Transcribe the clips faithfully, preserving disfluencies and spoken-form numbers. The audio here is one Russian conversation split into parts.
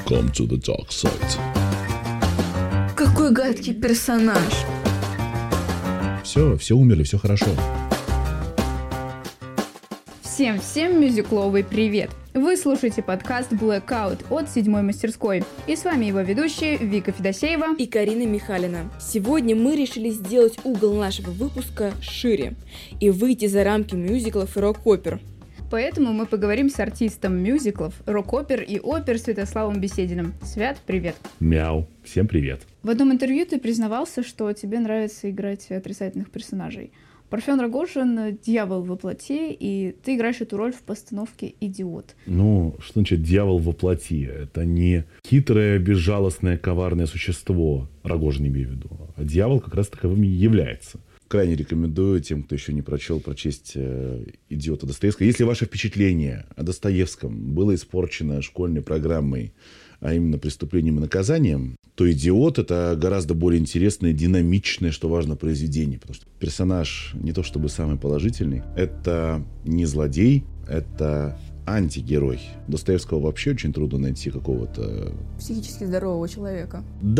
Welcome to the dark side. Какой гадкий персонаж. Все, все умерли, все хорошо. Всем-всем мюзикловый привет! Вы слушаете подкаст Blackout от седьмой мастерской. И с вами его ведущие Вика Федосеева и Карина Михалина. Сегодня мы решили сделать угол нашего выпуска шире и выйти за рамки мюзиклов и рок-опер. Поэтому мы поговорим с артистом мюзиклов, рок-опер и опер Святославом Бесединым. Свят, привет! Мяу, всем привет! В одном интервью ты признавался, что тебе нравится играть отрицательных персонажей. Парфен Рогожин — дьявол во плоти, и ты играешь эту роль в постановке «Идиот». Ну, что значит «дьявол во плоти»? Это не хитрое, безжалостное, коварное существо, Рогожин имею в виду, а дьявол как раз таковым и является. Крайне рекомендую тем, кто еще не прочел, прочесть э, «Идиота» Достоевского. Если ваше впечатление о Достоевском было испорчено школьной программой, а именно «Преступлением и наказанием», то «Идиот» — это гораздо более интересное, динамичное, что важно, произведение. Потому что персонаж не то чтобы самый положительный. Это не злодей, это антигерой. Достоевского вообще очень трудно найти какого-то... психически здорового человека.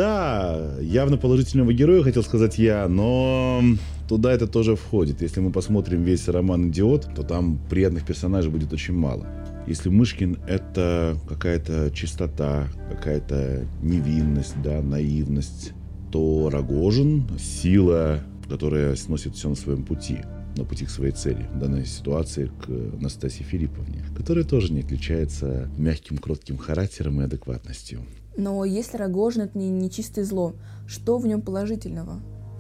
Да, явно положительного героя, хотел сказать я, но туда это тоже входит. Если мы посмотрим весь роман «Идиот», то там приятных персонажей будет очень мало. Если Мышкин — это какая-то чистота, какая-то невинность, да, наивность, то Рогожин — сила, которая сносит все на своем пути, на пути к своей цели. В данной ситуации к Настасье Филипповне, которая тоже не отличается мягким, кротким характером и адекватностью. Но если Рогожин — это не, не чистое зло, что в нем положительного?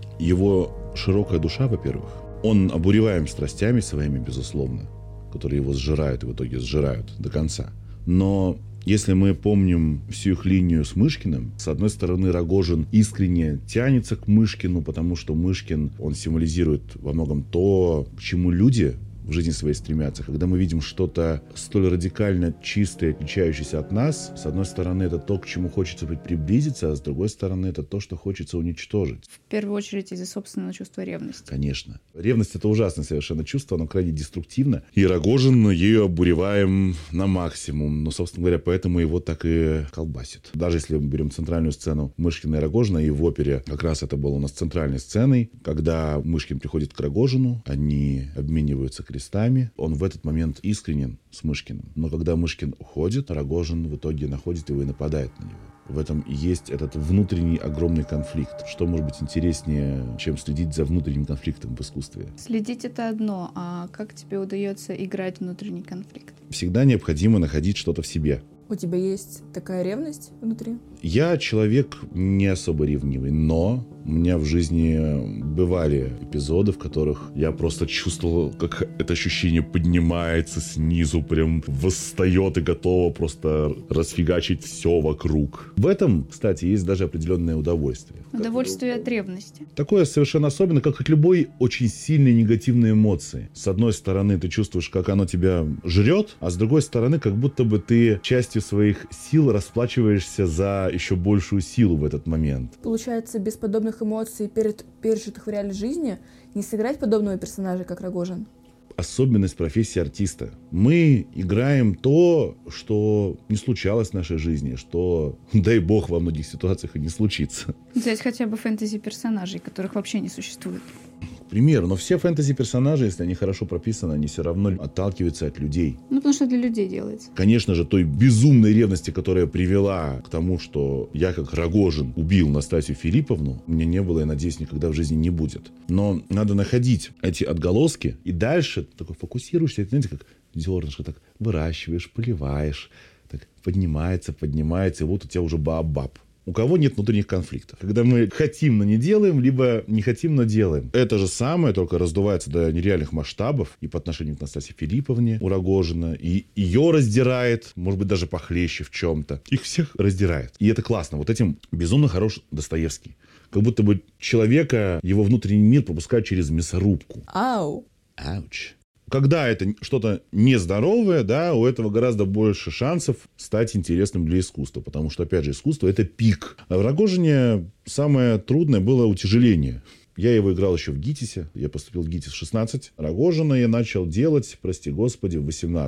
Его широкая душа, во-первых. Он обуреваем страстями своими, безусловно, которые его сжирают и в итоге сжирают до конца. Но если мы помним всю их линию с Мышкиным, с одной стороны, Рогожин искренне тянется к Мышкину, потому что Мышкин, он символизирует во многом то, к чему люди в жизни своей стремятся. Когда мы видим что-то столь радикально чистое, отличающееся от нас, с одной стороны, это то, к чему хочется приблизиться, а с другой стороны, это то, что хочется уничтожить. В первую очередь из-за собственного чувства ревности. Конечно. Ревность — это ужасное совершенно чувство, оно крайне деструктивно. И Рогожин ею обуреваем на максимум. Но, собственно говоря, поэтому его так и колбасит. Даже если мы берем центральную сцену Мышкина и Рогожина, и в опере как раз это было у нас центральной сценой, когда Мышкин приходит к Рогожину, они обмениваются крестами, он в этот момент искренен с Мышкиным. Но когда Мышкин уходит, Рогожин в итоге находит его и нападает на него. В этом и есть этот внутренний огромный конфликт. Что может быть интереснее, чем следить за внутренним конфликтом в искусстве? Следить — это одно, а как тебе удается играть внутренний конфликт? Всегда необходимо находить что-то в себе. У тебя есть такая ревность внутри? Я человек не особо ревнивый, но у меня в жизни бывали эпизоды, в которых я просто чувствовал, как это ощущение поднимается снизу, прям восстает и готово просто расфигачить все вокруг. В этом, кстати, есть даже определенное удовольствие. Удовольствие от ревности. Такое совершенно особенно, как от любой очень сильной негативной эмоции. С одной стороны, ты чувствуешь, как оно тебя жрет, а с другой стороны, как будто бы ты частью своих сил расплачиваешься за еще большую силу в этот момент. Получается, без подобных эмоций, перед пережитых в реальной жизни, не сыграть подобного персонажа, как Рогожин? Особенность профессии артиста. Мы играем то, что не случалось в нашей жизни, что, дай бог, во многих ситуациях и не случится. Взять хотя бы фэнтези-персонажей, которых вообще не существует. К примеру, но все фэнтези-персонажи, если они хорошо прописаны, они все равно отталкиваются от людей. Ну, потому что для людей делается. Конечно же, той безумной ревности, которая привела к тому, что я, как Рогожин, убил Настасью Филипповну, у меня не было и, надеюсь, никогда в жизни не будет. Но надо находить эти отголоски, и дальше ты такой фокусируешься, это, знаете, как зернышко, так выращиваешь, поливаешь, так поднимается, поднимается, и вот у тебя уже баобаб. У кого нет внутренних конфликтов. Когда мы хотим, но не делаем, либо не хотим, но делаем. Это же самое, только раздувается до нереальных масштабов и по отношению к Настасье Филипповне у Рогожина, и ее раздирает, может быть, даже похлеще в чем-то. Их всех раздирает. И это классно. Вот этим безумно хорош Достоевский. Как будто бы человека, его внутренний мир пропускают через мясорубку. Ау! Ауч. Когда это что-то нездоровое, да, у этого гораздо больше шансов стать интересным для искусства. Потому что, опять же, искусство — это пик. А в Рогожине самое трудное было утяжеление. Я его играл еще в ГИТИСе. Я поступил в ГИТИС в шестнадцать. Рогожина я начал делать, прости господи, в восемнадцать.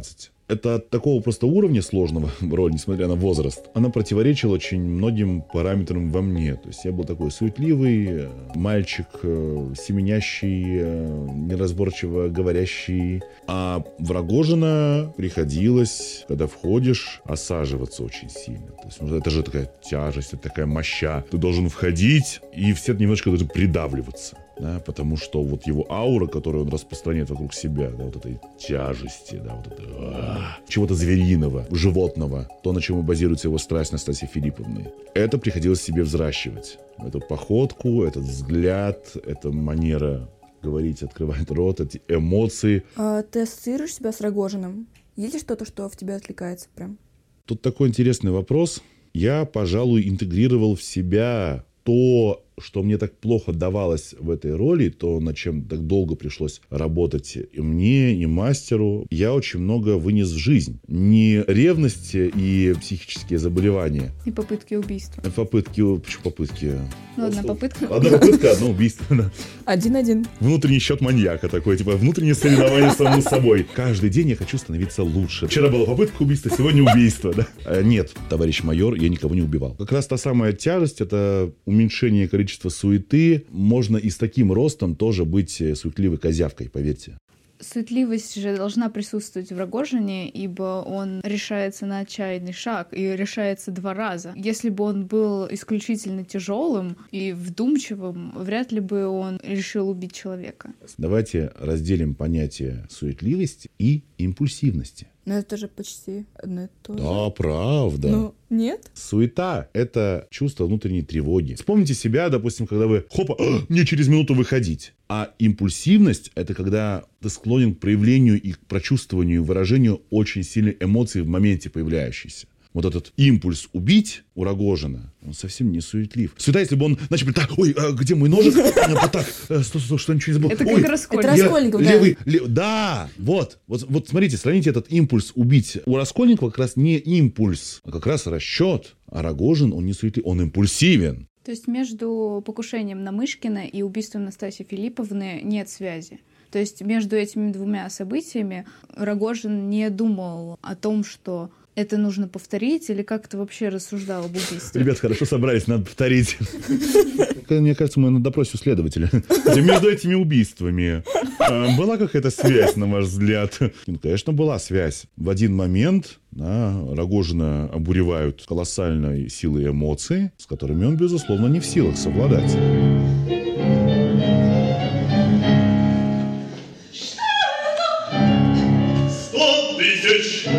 Это такого просто уровня сложного роль, несмотря на возраст. Она противоречила очень многим параметрам во мне. То есть я был такой суетливый мальчик, семенящий, неразборчиво говорящий. А в Рогожина приходилось, когда входишь, осаживаться очень сильно. То есть это же такая тяжесть, это такая моща. Ты должен входить, и все немножко должны придавливаться. Да, потому что вот его аура, которую он распространяет вокруг себя, да, вот этой тяжести, да, вот это, чего-то звериного, животного, то, на чем и базируется его страсть Настасьи Филипповны, это приходилось себе взращивать. Эту походку, этот взгляд, эта манера говорить, открывать рот, эти эмоции. А ты ассоциируешь себя с Рогожиным? Есть ли что-то, что в тебя отвлекается прям? Тут такой интересный вопрос. Я, пожалуй, интегрировал в себя то, что мне так плохо давалось в этой роли, то, над чем так долго пришлось работать и мне, и мастеру, я очень много вынес в жизнь. Не ревности и психические заболевания. И попытки убийства. Попытки... Почему попытки? Ну, одна попытка. Одна попытка, одно убийство. Один-один. Внутренний счет маньяка такой, типа внутреннее соревнование самому собой. Каждый день я хочу становиться лучше. Вчера была попытка убийства, сегодня убийство, да? А нет, товарищ майор, я никого не убивал. Как раз та самая тяжесть, это уменьшение количества суеты. Можно и с таким ростом тоже быть суетливой козявкой, поверьте. Суетливость же должна присутствовать в Рогожине, ибо он решается на отчаянный шаг и решается два раза. Если бы он был исключительно тяжелым и вдумчивым, вряд ли бы он решил убить человека. Давайте разделим понятие суетливости и импульсивности. Но это же почти одно и то же. Да, правда. Ну, нет? Суета — это чувство внутренней тревоги. Вспомните себя, допустим, когда вы, хопа, мне через минуту выходить. А импульсивность — это когда ты склонен к проявлению и к прочувствованию, выражению очень сильной эмоции в моменте появляющейся. Вот этот импульс убить у Рогожина, он совсем не суетлив. Суета, если бы он начал говорить, так, ой, а где мой ножик? Вот так, стой, стой, что ничего не забыл. Это Ой, как Раскольников. Это Раскольников, да. Левый, лев... Да, вот, вот, вот смотрите, сравните этот импульс убить. У Раскольникова как раз не импульс, а как раз расчет. А Рогожин, он не суетлив, он импульсивен. То есть между покушением на Мышкина и убийством Настасьи Филипповны нет связи. То есть между этими двумя событиями Рогожин не думал о том, что это нужно повторить, или как ты вообще рассуждал об убийстве? Ребят, хорошо собрались, надо повторить. Мне кажется, мы на допросе у следователя. Между этими убийствами была какая-то связь, на ваш взгляд? Ну, конечно, была связь. В один момент да, Рогожина обуревают колоссальной силой эмоций, с которыми он, безусловно, не в силах совладать. Сто тысяч!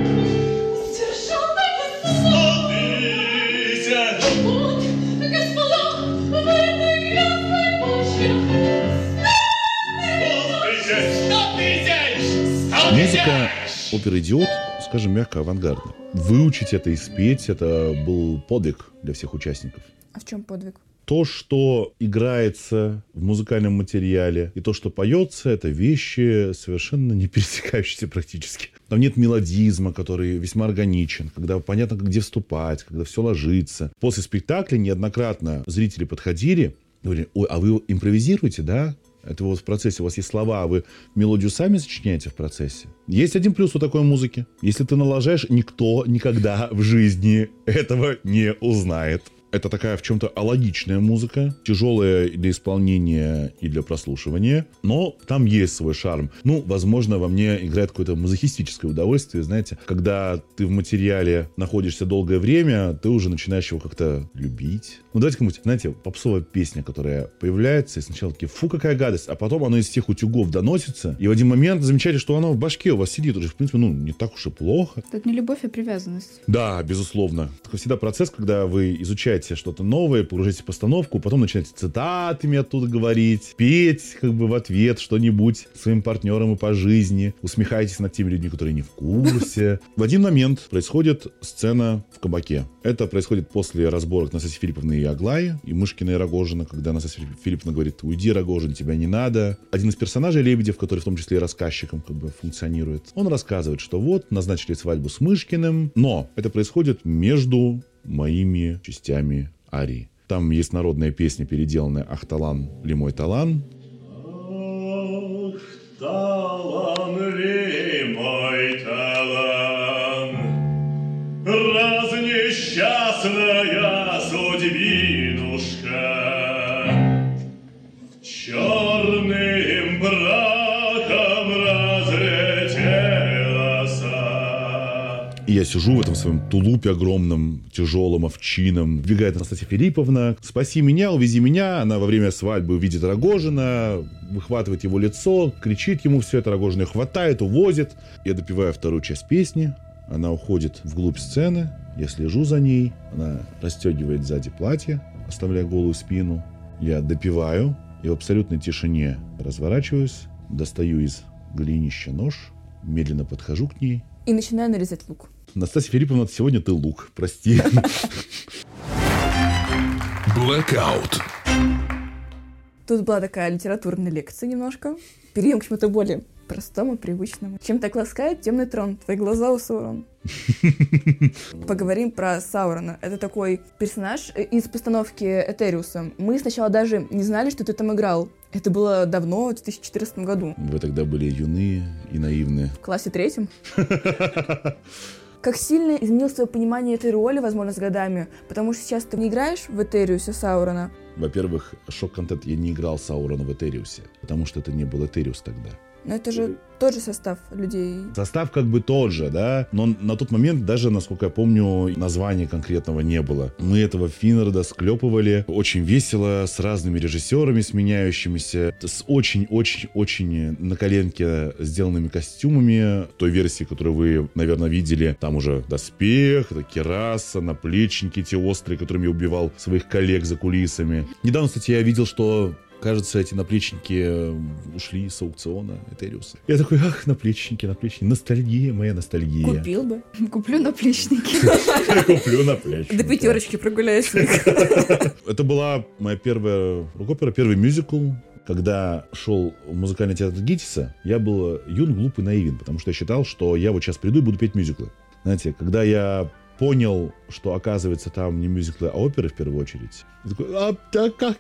Музыка оперы «Идиот», скажем мягко, авангардна. Выучить это и спеть — это был подвиг для всех участников. А в чем подвиг? То, что играется в музыкальном материале, и то, что поется, это вещи совершенно не пересекающиеся практически. Там нет мелодизма, который весьма органичен, когда понятно, где вступать, когда все ложится. После спектакля неоднократно зрители подходили, говорили, ой, а вы импровизируете, да? Это вот в процессе, у вас есть слова, а вы мелодию сами сочиняете в процессе. Есть один плюс у такой музыки. Если ты налажаешь, никто никогда в жизни этого не узнает. Это такая в чем-то алогичная музыка, тяжелая для исполнения и для прослушивания, но там есть свой шарм. Ну, возможно, во мне играет какое-то мазохистическое удовольствие, знаете, когда ты в материале находишься долгое время, ты уже начинаешь его как-то любить. Ну, давайте как-нибудь, знаете, попсовая песня, которая появляется, и сначала такие, фу, какая гадость, а потом она из всех утюгов доносится, и в один момент замечаете, что она в башке у вас сидит, уже, в принципе, ну, не так уж и плохо. Это не любовь, а привязанность. Да, безусловно. Это всегда процесс, когда вы изучаете что-то новое, погружаетесь в постановку, потом начинаете цитатами оттуда говорить, петь как бы в ответ что-нибудь своим партнерам и по жизни, усмехаетесь над теми людьми, которые не в курсе. В один момент происходит сцена в кабаке. Это происходит после разборок Настасьи Филипповны и Аглаи, и Мышкина и Рогожина, когда Настасья Филипповна говорит, уйди, Рогожин, тебя не надо. Один из персонажей, Лебедев, который в том числе и рассказчиком как бы функционирует, он рассказывает, что вот, назначили свадьбу с Мышкиным, но это происходит между моими частями арии. Там есть народная песня, переделанная «Ах, талан, ли мой талан». Ах, талан, ли мой талан. раз несчастная судьбинушка черным браком разлетелась. И я сижу в этом своем тулупе огромном, тяжелом, овчином. Вбегает Анастасия Филипповна. «Спаси меня, увези меня». Она во время свадьбы видит Рогожина, выхватывает его лицо, кричит ему все это. Рогожин ее хватает, увозит. Я допеваю вторую часть песни. Она уходит вглубь сцены. Я слежу за ней. Она расстегивает сзади платье, оставляя голую спину. Я допеваю. И в абсолютной тишине разворачиваюсь, достаю из голенища нож, медленно подхожу к ней. И начинаю нарезать лук. Настасья Филипповна, сегодня ты лук, прости. Blackout. Тут была такая литературная лекция немножко. Перейдем к чему-то более простому, привычному. Чем так ласкает темный трон? Твои глаза у Саурона. Поговорим про Саурона. Это такой персонаж из постановки Этериуса. Мы сначала даже не знали, что ты там играл. Это было давно, в две тысячи четырнадцатом году. Вы тогда были юны и наивны. В классе третьем. Как сильно изменилось твое понимание этой роли, возможно, с годами? Потому что сейчас ты не играешь в Этериусе Саурона. Во-первых, шок-контент, я не играл Саурона в Этериусе, потому что это не был Этериус тогда. Но это же тот же состав людей. Состав как бы тот же, да, но на тот момент даже, насколько я помню, названия конкретного не было. Мы этого Финрода склепывали очень весело, с разными режиссерами сменяющимися, с очень-очень-очень на коленке сделанными костюмами. Той версии, которую вы, наверное, видели, там уже доспех, кираса, наплечники те острые, которыми я убивал своих коллег за кулисами. Недавно, кстати, я видел, что... Кажется, эти наплечники ушли с аукциона Этериуса. Я такой, ах, наплечники, наплечники. Ностальгия, моя ностальгия. Купил бы. Куплю наплечники. Куплю наплечники. До пятерочки прогуляюсь. Это была моя первая рок-опера, первый мюзикл. Когда шел в музыкальный театр ГИТИСа, я был юн, глуп и наивен, потому что я считал, что я вот сейчас приду и буду петь мюзиклы. Знаете, когда я понял, что, оказывается, там не мюзиклы, а оперы в первую очередь. Я такой, а, так, как,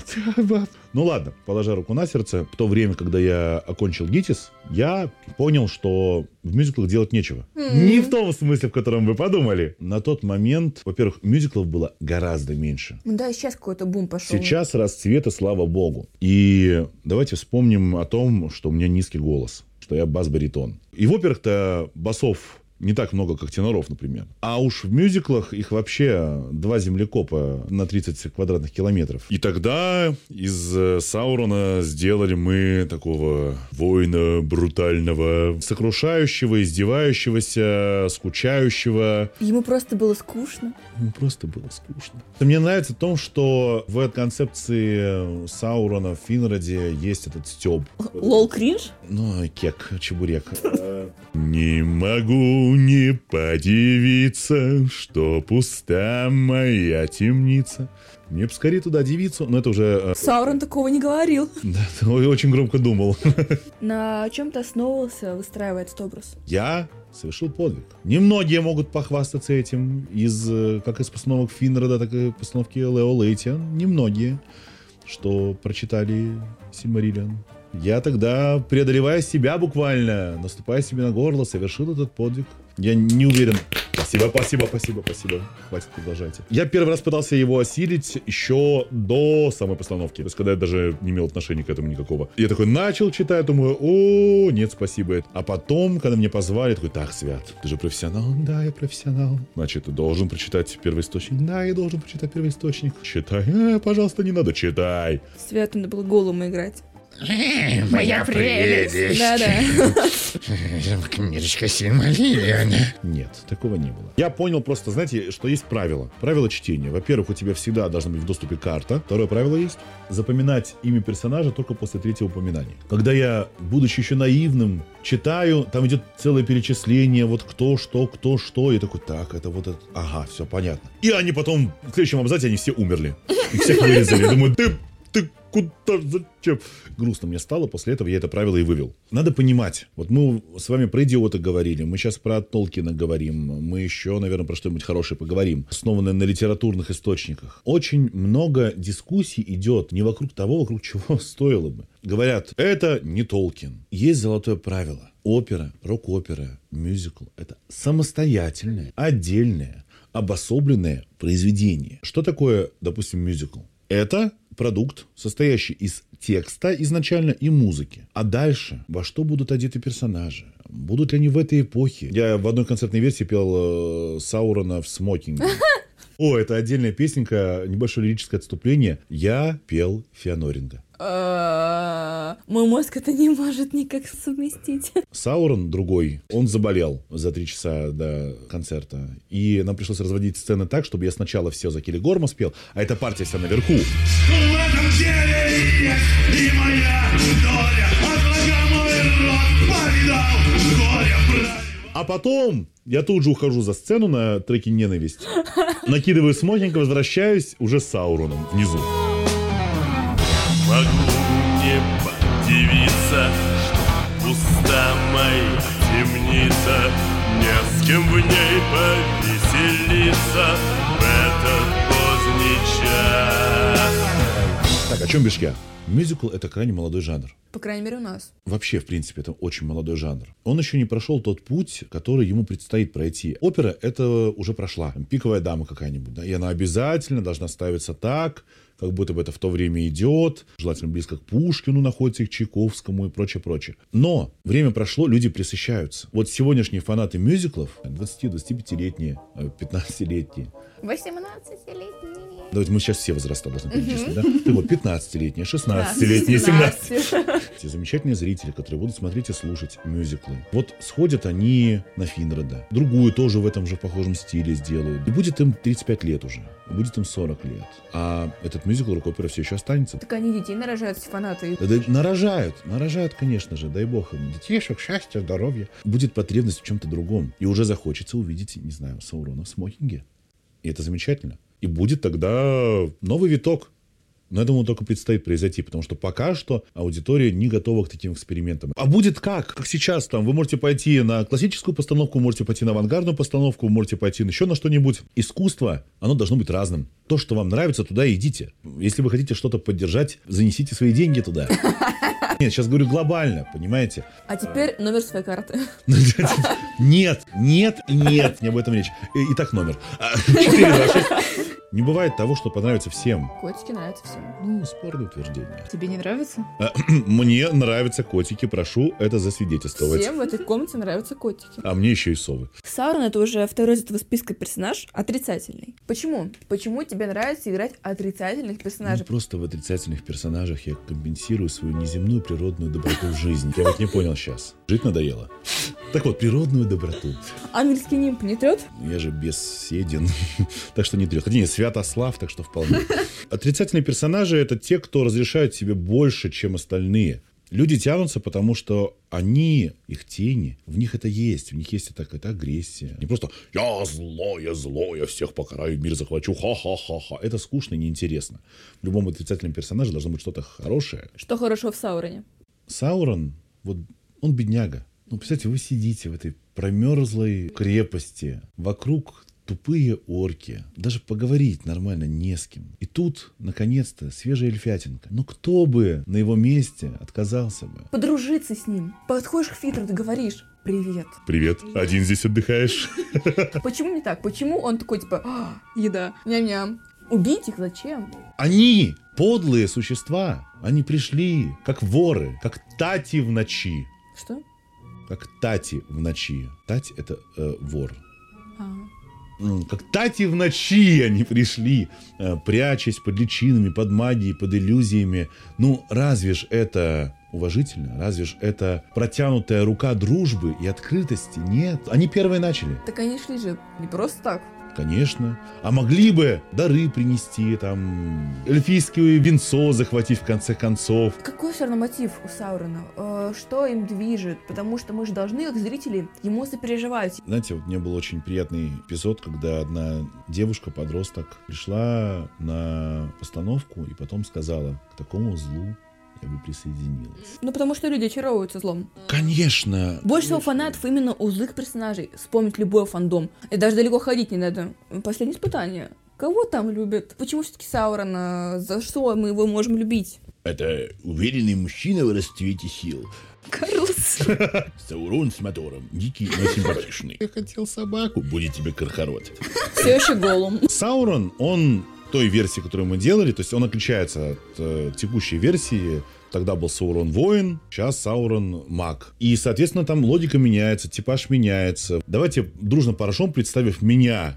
ну ладно, положа руку на сердце, в то время, когда я окончил ГИТИС, я понял, что в мюзиклах делать нечего. Mm-hmm. Не в том смысле, в котором вы подумали. На тот момент, во-первых, мюзиклов было гораздо меньше. Да, и сейчас какой-то бум пошел. Сейчас расцвет, и слава богу. И давайте вспомним о том, что у меня низкий голос, что я бас-баритон. И в операх-то басов не так много, как теноров, например. А уж в мюзиклах их вообще два землекопа на тридцать квадратных километров. И тогда из Саурона сделали мы такого воина брутального, сокрушающего, издевающегося, скучающего. Ему просто было скучно. Ему просто было скучно. Мне нравится в том, что в концепции Саурона в Финроде есть этот стёб. Лол кринж? Ну, кек, чебурек. Не могу не подивиться, что пуста моя темница. Мне бы скорее туда девицу, но это уже... Саурон такого не говорил. Да, очень громко думал. На чем ты основывался, выстраивая этот образ? Я совершил подвиг. Немногие могут похвастаться этим, из, как из постановок Финрода, так и постановки Лео Лейтиан. Немногие, что прочитали Сильмариллион. Я тогда, преодолевая себя буквально, наступая себе на горло, совершил этот подвиг. Я не уверен. Спасибо, спасибо, спасибо, спасибо. Хватит, продолжайте. Я первый раз пытался его осилить еще до самой постановки. То есть, когда я даже не имел отношения к этому никакого. Я такой начал читать, думаю, о, нет, спасибо. А потом, когда меня позвали, я такой, так, Свят, ты же профессионал? Да, я профессионал. Значит, ты должен прочитать первоисточник? Да, я должен прочитать первоисточник. Читай. Э, пожалуйста, не надо, читай. Свят, надо было голым играть. Моя прелесть. Да-да. Книжечка Сильмариллиона. Нет, такого не было. Я понял просто, знаете, что есть правила. Правила чтения. Во-первых, у тебя всегда должна быть в доступе карта. Второе правило есть. Запоминать имя персонажа только после третьего упоминания. Когда я, будучи еще наивным, читаю, там идет целое перечисление, вот кто, что, кто, что. Я такой, так, это вот это. Ага, все понятно. И они потом, в следующем абзаце, они все умерли. Их всех вырезали. Я думаю, ты... Ты куда, зачем? Грустно мне стало, после этого я это правило и вывел. Надо понимать, вот мы с вами про идиота говорили, мы сейчас про Толкина говорим, мы еще, наверное, про что-нибудь хорошее поговорим, основанное на литературных источниках. Очень много дискуссий идет не вокруг того, вокруг чего стоило бы. Говорят, это не Толкин. Есть золотое правило. Опера, рок-опера, мюзикл – это самостоятельное, отдельное, обособленное произведение. Что такое, допустим, мюзикл? Это продукт, состоящий из текста изначально и музыки. А дальше, во что будут одеты персонажи? Будут ли они в этой эпохе? Я в одной концертной версии пел э, Саурона в смокинге. О, это отдельная песенка, небольшое лирическое отступление. Я пел Феоноринга. Мой мозг это не может никак совместить. Саурон другой, он заболел за три часа до концерта. И нам пришлось разводить сцены так, чтобы я сначала все за Келлигорма спел, а эта партия вся наверху. В этом деле есть и моя доля. Отвага мой рот повидал горе брать. А потом я тут же ухожу за сцену на треке «Ненависть». Накидываю смокинг, возвращаюсь уже с Сауроном внизу. Могу не подивиться, что пуста моя темница, не с кем в ней повеселиться в этот поздний час. Так, о чем бишь я? Мюзикл — это крайне молодой жанр. По крайней мере, у нас. Вообще, в принципе, это очень молодой жанр. Он еще не прошел тот путь, который ему предстоит пройти. Опера — это уже прошла. Пиковая дама какая-нибудь. Да? И она обязательно должна ставиться так, как будто бы это в то время идет. Желательно близко к Пушкину находится, и к Чайковскому и прочее, прочее. Но время прошло, люди пресыщаются. Вот сегодняшние фанаты мюзиклов, двадцати-двадцатипятилетние, пятнадцатилетние, восемнадцатилетние. давайте мы сейчас все возраста должны перечислить, да? Так вот, пятнадцатилетние, шестнадцатилетние, семнадцатилетние. Те замечательные зрители, которые будут смотреть и слушать мюзиклы. Вот сходят они на Финрода. Другую тоже в этом же похожем стиле сделают. И будет им тридцать пять лет уже. Будет им сорок лет. А этот мюзикл рок-опера все еще останется. Так они детей нарожают, эти фанаты. Да, да, нарожают, нарожают, конечно же, дай бог им. Детишек, счастья, здоровья. Будет потребность в чем-то другом. И уже захочется увидеть, не знаю, Саурона в смокинге. И это замечательно. И будет тогда новый виток. Но я думаю, только предстоит произойти, потому что пока что аудитория не готова к таким экспериментам. А будет как? Как сейчас там? Вы можете пойти на классическую постановку, можете пойти на авангардную постановку, можете пойти на еще на что-нибудь. Искусство, оно должно быть разным. То, что вам нравится, туда идите. Если вы хотите что-то поддержать, занесите свои деньги туда. Нет, сейчас говорю глобально, понимаете? А теперь номер своей карты. Нет, нет и нет, не об этом речь. Итак, номер. четыре два шесть. Не бывает того, что понравится всем. Котики нравятся всем. Ну, спорное утверждение. Тебе не нравится? Мне нравятся котики, прошу это засвидетельствовать. Всем в этой комнате нравятся котики. А мне еще и совы. Саурон — это уже второй из этого списка персонаж отрицательный. Почему? Почему тебе нравится играть отрицательных персонажей? Ну, просто в отрицательных персонажах я компенсирую свою неземную природную доброту в жизни. Я вот не понял сейчас. Жить надоело. Так вот, природную доброту. Ангельский нимб не трет? Я же бесседен, так что не трет. Хотя нет, Святослав, так что вполне. Отрицательные персонажи — это те, кто разрешают себе больше, чем остальные. Люди тянутся, потому что они, их тени, в них это есть. В них есть эта какая-то агрессия. Не просто «я злое, злое, всех покараю, мир захвачу, ха-ха-ха-ха». Это скучно и неинтересно. В любом отрицательном персонаже должно быть что-то хорошее. Что хорошего в Сауроне? Саурон, вот он бедняга. Ну, представьте, вы сидите в этой промерзлой крепости, вокруг тупые орки, даже поговорить нормально не с кем. И тут, наконец-то, свежая эльфятинка. Ну, кто бы на его месте отказался бы? Подружиться с ним. Подходишь к Фитру, ты говоришь «Привет». Привет, один здесь отдыхаешь? Почему не так? Почему он такой, типа, «А, Еда. ням-ням». Убить их зачем? Они подлые существа. Они пришли, как воры, как тати в ночи. Что? Как тати в ночи. Тать — это э, вор. А. Как тати в ночи они пришли, прячась под личинами, под магией, под иллюзиями. Ну, разве ж это уважительно? Разве ж это протянутая рука дружбы и открытости? Нет. Они первые начали. Так они шли же не просто так. Конечно. А могли бы дары принести, там, эльфийское венцо захватить в конце концов. Какой все равно мотив у Саурона? Э, что им движет? Потому что мы же должны, как зрители, ему сопереживать. Знаете, вот мне был очень приятный эпизод, когда одна девушка-подросток пришла на постановку и потом сказала: к такому злу я бы присоединилась. Ну, потому что люди очаровываются злом. Конечно. Больше всего фанатов именно у злых персонажей. Вспомнить любой фандом. И даже далеко ходить не надо. Последнее испытание. Кого там любят? Почему все-таки Саурона? За что мы его можем любить? Это уверенный мужчина в расцвете сил. Карлос. Саурон с мотором. Дикий, но симпатичный. Я хотел собаку. Будет тебе Кархарот. Все еще голым. Саурон, он... той версии, которую мы делали, то есть он отличается от э, текущей версии. Тогда был Саурон воин, сейчас Саурон маг. И, соответственно, там логика меняется, типаж меняется. Давайте дружно порошом, представив меня.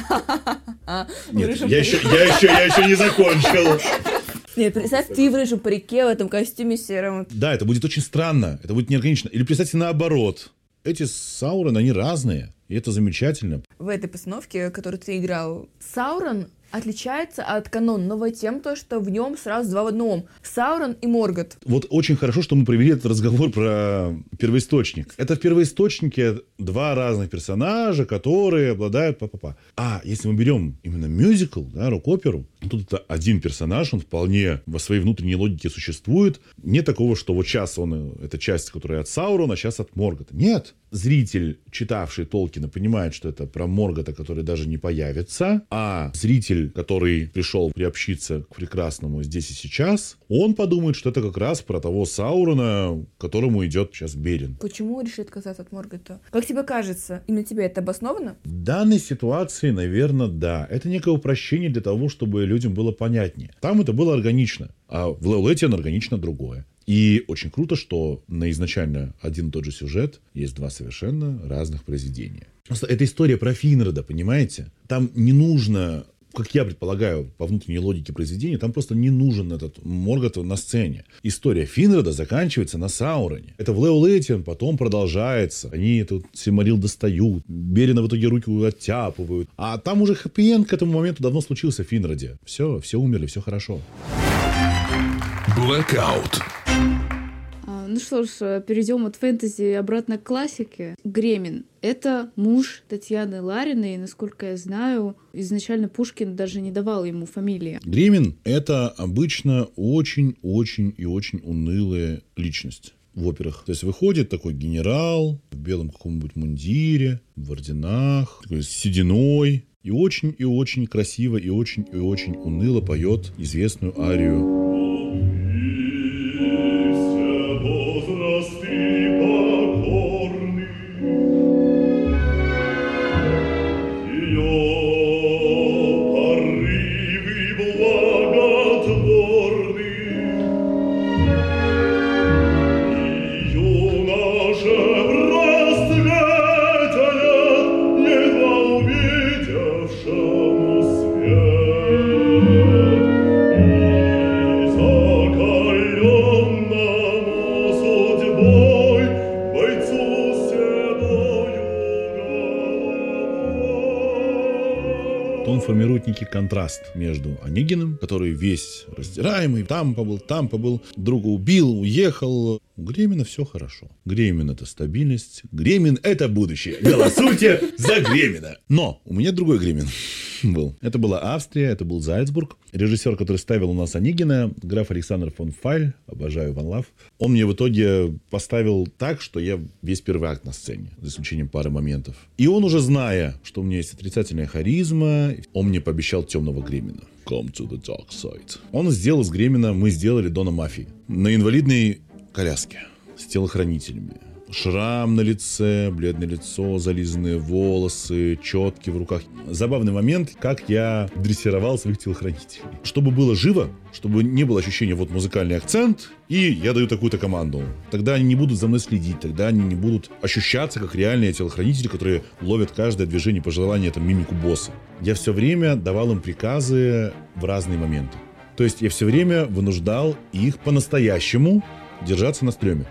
Нет, я еще, я, еще, я еще не закончил. Нет, представь, ты в рыжем парике, в этом костюме сером. Да, это будет очень странно, это будет неорганично. Или представьте наоборот. Эти Сауроны, они разные, и это замечательно. В этой постановке, которую ты играл, Саурон отличается от канонного тем, то, что в нем сразу два в одном. Саурон и Моргот. Вот очень хорошо, что мы провели этот разговор про первоисточник. Это в первоисточнике два разных персонажа, которые обладают па-па-па. А если мы берем именно мюзикл, да, рок-оперу, тут это один персонаж, он вполне во своей внутренней логике существует. Нет такого, что вот сейчас он, это часть, которая от Саурона, а сейчас от Моргота. Нет. Зритель, читавший Толкина, понимает, что это про Моргота, который даже не появится, а зритель, который пришел приобщиться к прекрасному здесь и сейчас, он подумает, что это как раз про того Саурона, к которому идет сейчас Берин. Почему решили отказаться от Моргота? Как тебе кажется, именно тебе это обосновано? В данной ситуации, наверное, да. Это некое упрощение для того, чтобы людям было понятнее. Там это было органично, а в Леолетиан органично другое. И очень круто, что на изначально один и тот же сюжет есть два совершенно разных произведения. Просто это история про Финрода, понимаете? Там не нужно, как я предполагаю, по внутренней логике произведения, там просто не нужен этот Моргот на сцене. История Финрода заканчивается на Сауроне. Это в Леолетиан потом продолжается. Они тут Сильмарил достают, Берина в итоге руки оттяпывают. А там уже хэппи-энд к этому моменту давно случился в Финроде. Все, все умерли, все хорошо. Blackout. Ну что ж, перейдем от фэнтези обратно к классике. Гремин — это муж Татьяны Лариной, и, насколько я знаю, изначально Пушкин даже не давал ему фамилии. Гремин — это обычно очень-очень и очень унылая личность в операх. То есть выходит такой генерал в белом каком-нибудь мундире, в орденах, такой с сединой, и очень и очень красиво и очень и очень уныло поет известную арию. Он формирует некий контраст между Онегиным, который весь раздираемый, там побыл, там побыл, друга убил, уехал. У Гремина все хорошо. Гремин — это стабильность, Гремин — это будущее. Голосуйте за Гремина. Но у меня другой Гремин был. Это была Австрия, это был Зальцбург. Режиссер, который ставил у нас Онегина, граф Александр фон Файль, обожаю Ван Лав, он мне в итоге поставил так, что я весь первый акт на сцене, за исключением пары моментов. И он, уже зная, что у меня есть отрицательная харизма, он мне пообещал темного Гремина. Come to the dark side. Он сделал из Гремина, мы сделали Дона Мафии. На инвалидной коляске с телохранителями. Шрам на лице, бледное лицо, зализанные волосы, четки в руках. Забавный момент, как я дрессировал своих телохранителей. Чтобы было живо, чтобы не было ощущения, вот музыкальный акцент, и я даю такую-то команду. Тогда они не будут за мной следить, тогда они не будут ощущаться как реальные телохранители, которые ловят каждое движение по желанию, это мимику босса. Я все время давал им приказы в разные моменты. То есть я все время вынуждал их по-настоящему держаться на стреме.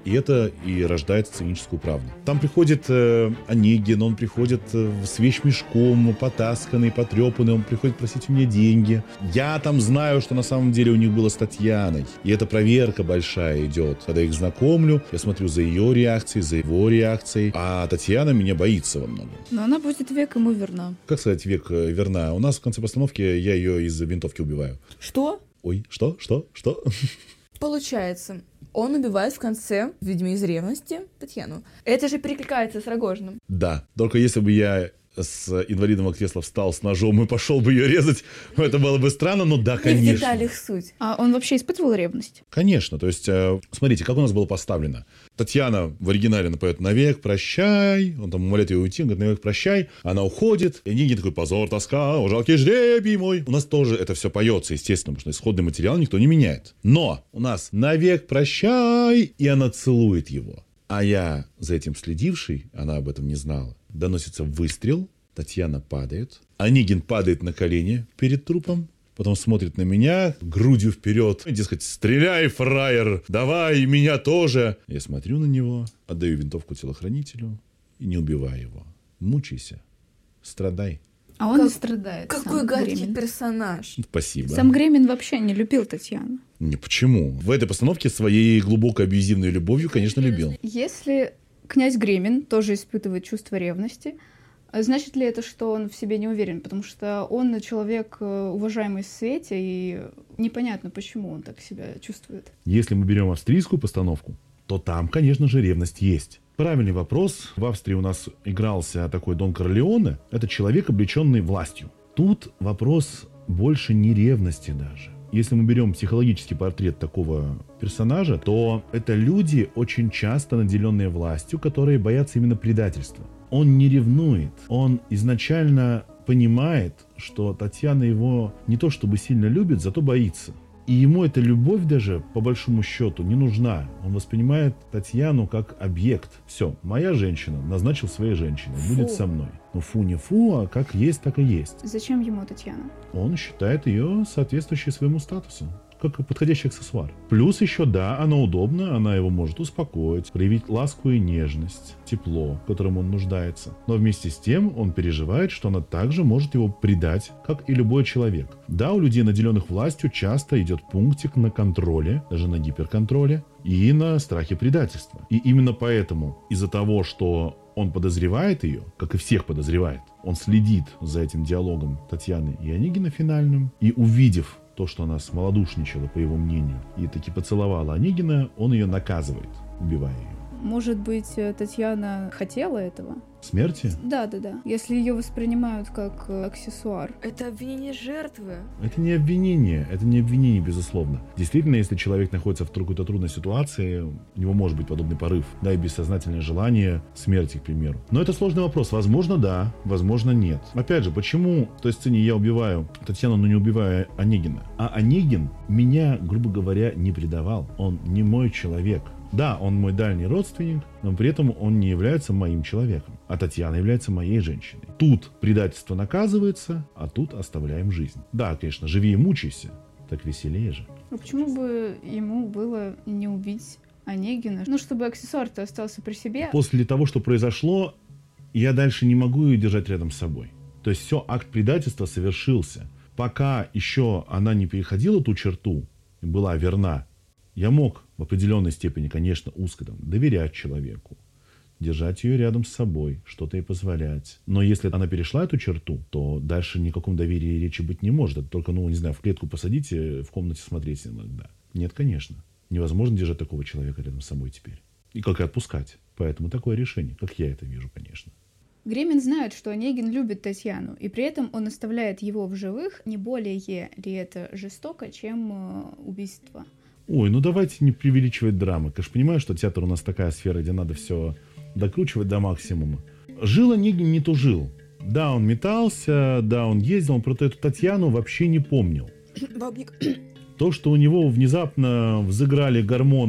И это и рождает сценическую правду. Там приходит э, Онегин, он приходит э, с вещмешком, потасканный, потрепанный, он приходит просить у меня деньги. Я там знаю, что на самом деле у них было с Татьяной. И эта проверка большая идет. Когда я их знакомлю, я смотрю за ее реакцией, за его реакцией. А Татьяна меня боится во многом. Но она будет век ему верна. Как сказать, век э, верна? У нас в конце постановки я ее из винтовки убиваю. Что? Ой, что? Что? Что? Получается, он убивает в конце, видимо, из ревности, Татьяну. Это же перекликается с Рогожиным. Да, только если бы я с инвалидного кресла встал с ножом и пошел бы ее резать, это было бы странно, но да, Не в конечно. деталях суть. А он вообще испытывал ревность? Конечно, то есть, э, смотрите, как у нас было поставлено. Татьяна в оригинале напоет «Навек, прощай», он там умоляет ее уйти, он говорит «Навек, прощай», она уходит, и Онегин такой «Позор, тоска, о, жалкий жребий мой». У нас тоже это все поется, естественно, потому что исходный материал никто не меняет. Но у нас «Навек, прощай», и она целует его. А я, за этим следивший, она об этом не знала, доносится выстрел, Татьяна падает, Онегин падает на колени перед трупом, потом смотрит на меня грудью вперед, дескать, стреляй, фраер, давай меня тоже. Я смотрю на него, отдаю винтовку телохранителю и не убиваю его. Мучайся, страдай. А он Как- и страдает. Какой сам гадкий Гремин. персонаж. Спасибо. Сам Гремин вообще не любил Татьяну. Не, почему? В этой постановке своей глубокой абьюзивной любовью, конечно, любил. Если князь Гремин тоже испытывает чувство ревности, а значит ли это, что он в себе не уверен? Потому что он человек, э, уважаемый в свете, и непонятно, почему он так себя чувствует. Если мы берем австрийскую постановку, то там, конечно же, ревность есть. Правильный вопрос. В Австрии у нас игрался такой Дон Корлеоне. Это человек, облеченный властью. Тут вопрос больше не ревности даже. Если мы берем психологический портрет такого персонажа, то это люди, очень часто наделенные властью, которые боятся именно предательства. Он не ревнует. Он изначально понимает, что Татьяна его не то чтобы сильно любит, зато боится. И ему эта любовь даже, по большому счету, не нужна. Он воспринимает Татьяну как объект. Все, моя женщина, назначил своей женщиной, будет со мной. Ну фу не фу, а как есть, так и есть. Зачем ему Татьяна? Он считает ее соответствующей своему статусу, как подходящий аксессуар. Плюс еще, да, она удобна, она его может успокоить, проявить ласку и нежность, тепло, в котором он нуждается. Но вместе с тем он переживает, что она также может его предать, как и любой человек. Да, у людей, наделенных властью, часто идет пунктик на контроле, даже на гиперконтроле, и на страхе предательства. И именно поэтому, из-за того, что он подозревает ее, как и всех подозревает, он следит за этим диалогом Татьяны и Онегина финальным, и увидев то, что она смолодушничала, по его мнению, и таки поцеловала Онегина, он ее наказывает, убивая ее. Может быть, э, Татьяна хотела этого? Смерти? Да, да, да. Если ее воспринимают как э, аксессуар. Это обвинение жертвы. Это не обвинение, это не обвинение, безусловно. Действительно, если человек находится в какой-то трудной ситуации, у него может быть подобный порыв, да, и бессознательное желание смерти, к примеру. Но это сложный вопрос. Возможно, да, возможно, нет. Опять же, почему в той сцене я убиваю Татьяну, но не убиваю Онегина? А Онегин меня, грубо говоря, не предавал. Он не мой человек. Да, он мой дальний родственник, но при этом он не является моим человеком. А Татьяна является моей женщиной. Тут предательство наказывается, а тут оставляем жизнь. Да, конечно, живи и мучайся, так веселее же. А почему бы ему было не убить Онегина? Ну, чтобы аксессуар-то остался при себе. После того, что произошло, я дальше не могу ее держать рядом с собой. То есть все, акт предательства совершился. Пока еще она не переходила ту черту и была верна, я мог в определенной степени, конечно, узко там, доверять человеку, держать ее рядом с собой, что-то ей позволять. Но если она перешла эту черту, то дальше ни о каком доверии речи быть не может. Это только, ну, не знаю, в клетку посадите, в комнате смотреть иногда. Нет, конечно. Невозможно держать такого человека рядом с собой теперь. И как и отпускать. Поэтому такое решение, как я это вижу, конечно. Гремин знает, что Онегин любит Татьяну, и при этом он оставляет его в живых. Не более ли это жестоко, чем э, убийство? Ой, ну давайте не преувеличивать драмы. Конечно, понимаю, что театр у нас такая сфера, где надо все докручивать до максимума. Жил Онегин, не тужил. Да, он метался, да, он ездил, он про эту Татьяну вообще не помнил. Бабник. То, что у него внезапно взыграли гормоны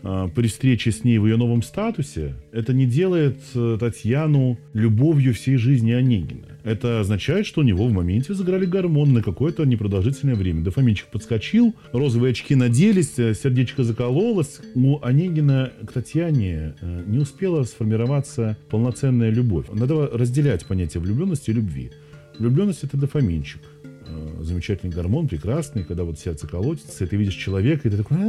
а, при встрече с ней в ее новом статусе, это не делает а, Татьяну любовью всей жизни Онегина. Это означает, что у него в моменте загорали гормоны на какое-то непродолжительное время. Дофаминчик подскочил, розовые очки наделись, сердечко закололось. У Онегина к Татьяне а, не успела сформироваться полноценная любовь. Надо разделять понятие влюбленности и любви. Влюбленность — это дофаминчик. Замечательный гормон, прекрасный, когда вот сердце колотится, и ты видишь человека, и ты такой...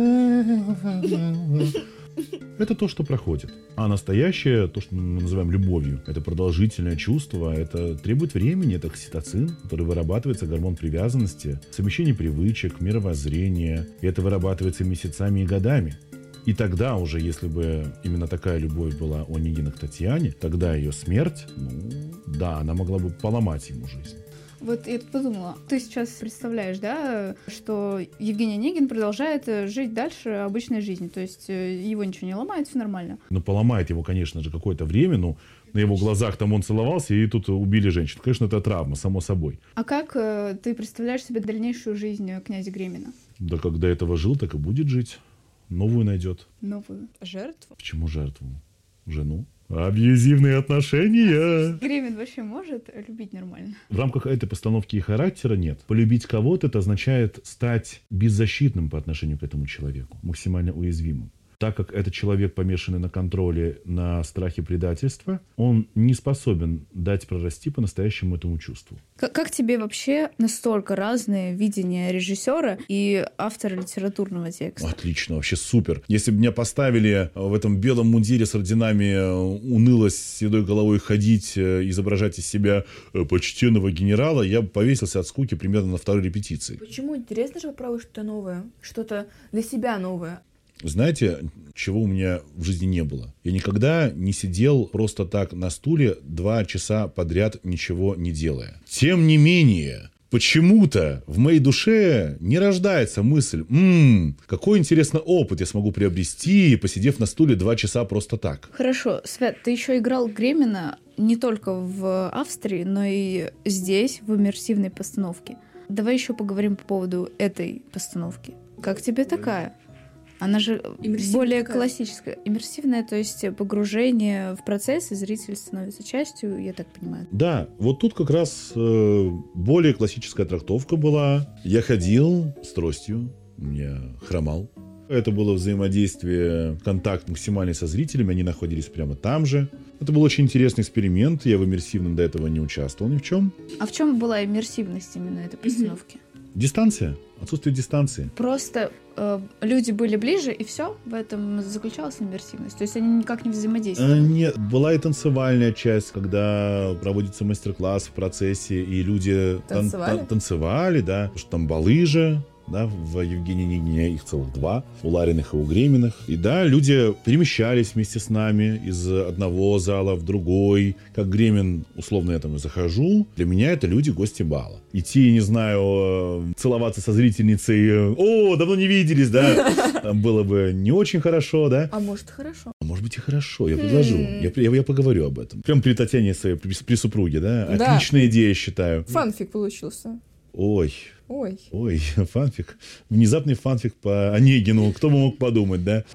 Это то, что проходит. А настоящее, то, что мы называем любовью, это продолжительное чувство, это требует времени, это окситоцин, который вырабатывается, гормон привязанности, совмещение привычек, мировоззрения, и это вырабатывается месяцами и годами. И тогда уже, если бы именно такая любовь была у Онегина к Татьяне, тогда ее смерть, ну, да, она могла бы поломать ему жизнь. Вот я подумала, ты сейчас представляешь, да, что Евгений Онегин продолжает жить дальше обычной жизнью, то есть его ничего не ломает, все нормально. Ну, поломает его, конечно же, какое-то время, но на его глазах там он целовался, и тут убили женщину. Конечно, это травма, само собой. А как э, ты представляешь себе дальнейшую жизнь князя Гремина? Да как до этого жил, так и будет жить. Новую найдет. Новую. Жертву? Почему жертву? Жену? Абьюзивные отношения. Гремин вообще может любить нормально? В рамках этой постановки и характера нет. Полюбить кого-то — это означает стать беззащитным по отношению к этому человеку, максимально уязвимым. Так как этот человек, помешанный на контроле, на страхе предательства, он не способен дать прорасти по-настоящему этому чувству. Как, как тебе вообще настолько разные видения режиссера и автора литературного текста? Отлично, вообще супер. Если бы меня поставили в этом белом мундире с орденами уныло с седой головой ходить, изображать из себя почтенного генерала, я бы повесился от скуки примерно на второй репетиции. Почему? Интересно же попробовать что-то новое, что-то для себя новое. Знаете, чего у меня в жизни не было? Я никогда не сидел просто так на стуле два часа подряд, ничего не делая. Тем не менее, почему-то в моей душе не рождается мысль: «Ммм, какой интересный опыт я смогу приобрести, посидев на стуле два часа просто так». Хорошо, Свят, ты еще играл Гремина не только в Австрии, но и здесь, в иммерсивной постановке. Давай еще поговорим по поводу этой постановки. Как тебе такая? Она же более какая? Классическая. Иммерсивная, то есть погружение в процесс, и зритель становится частью, я так понимаю. Да, вот тут как раз э, более классическая трактовка была. Я ходил с тростью, я хромал. Это было взаимодействие, контакт максимальный со зрителями, они находились прямо там же. Это был очень интересный эксперимент, я в иммерсивном до этого не участвовал ни в чем. А в чем была иммерсивность именно этой постановки? Дистанция, отсутствие дистанции. Просто э, люди были ближе, и все, в этом заключалась иммерсивность. То есть они никак не взаимодействовали. А, нет, была и танцевальная часть, когда проводится мастер-класс в процессе, и люди танцевали, тан- танцевали, да, потому что там балы же. Да, в Евгении Онегине их целых два, у Лариных и у Греминых. И да, люди перемещались вместе с нами из одного зала в другой. Как Гремин, условно, я там и захожу. Для меня это люди, гости бала. Идти, не знаю, целоваться со зрительницей. О, давно не виделись, да? Было бы не очень хорошо, да? А может, хорошо. А может быть и хорошо, я предложу. Я, я, я поговорю об этом. Прям при Татьяне своей, при, при супруге, да? Да. Отличная идея, я считаю. Фанфик получился. Ой. Ой. Ой, фанфик. Внезапный фанфик по Онегину. Кто бы мог подумать, да?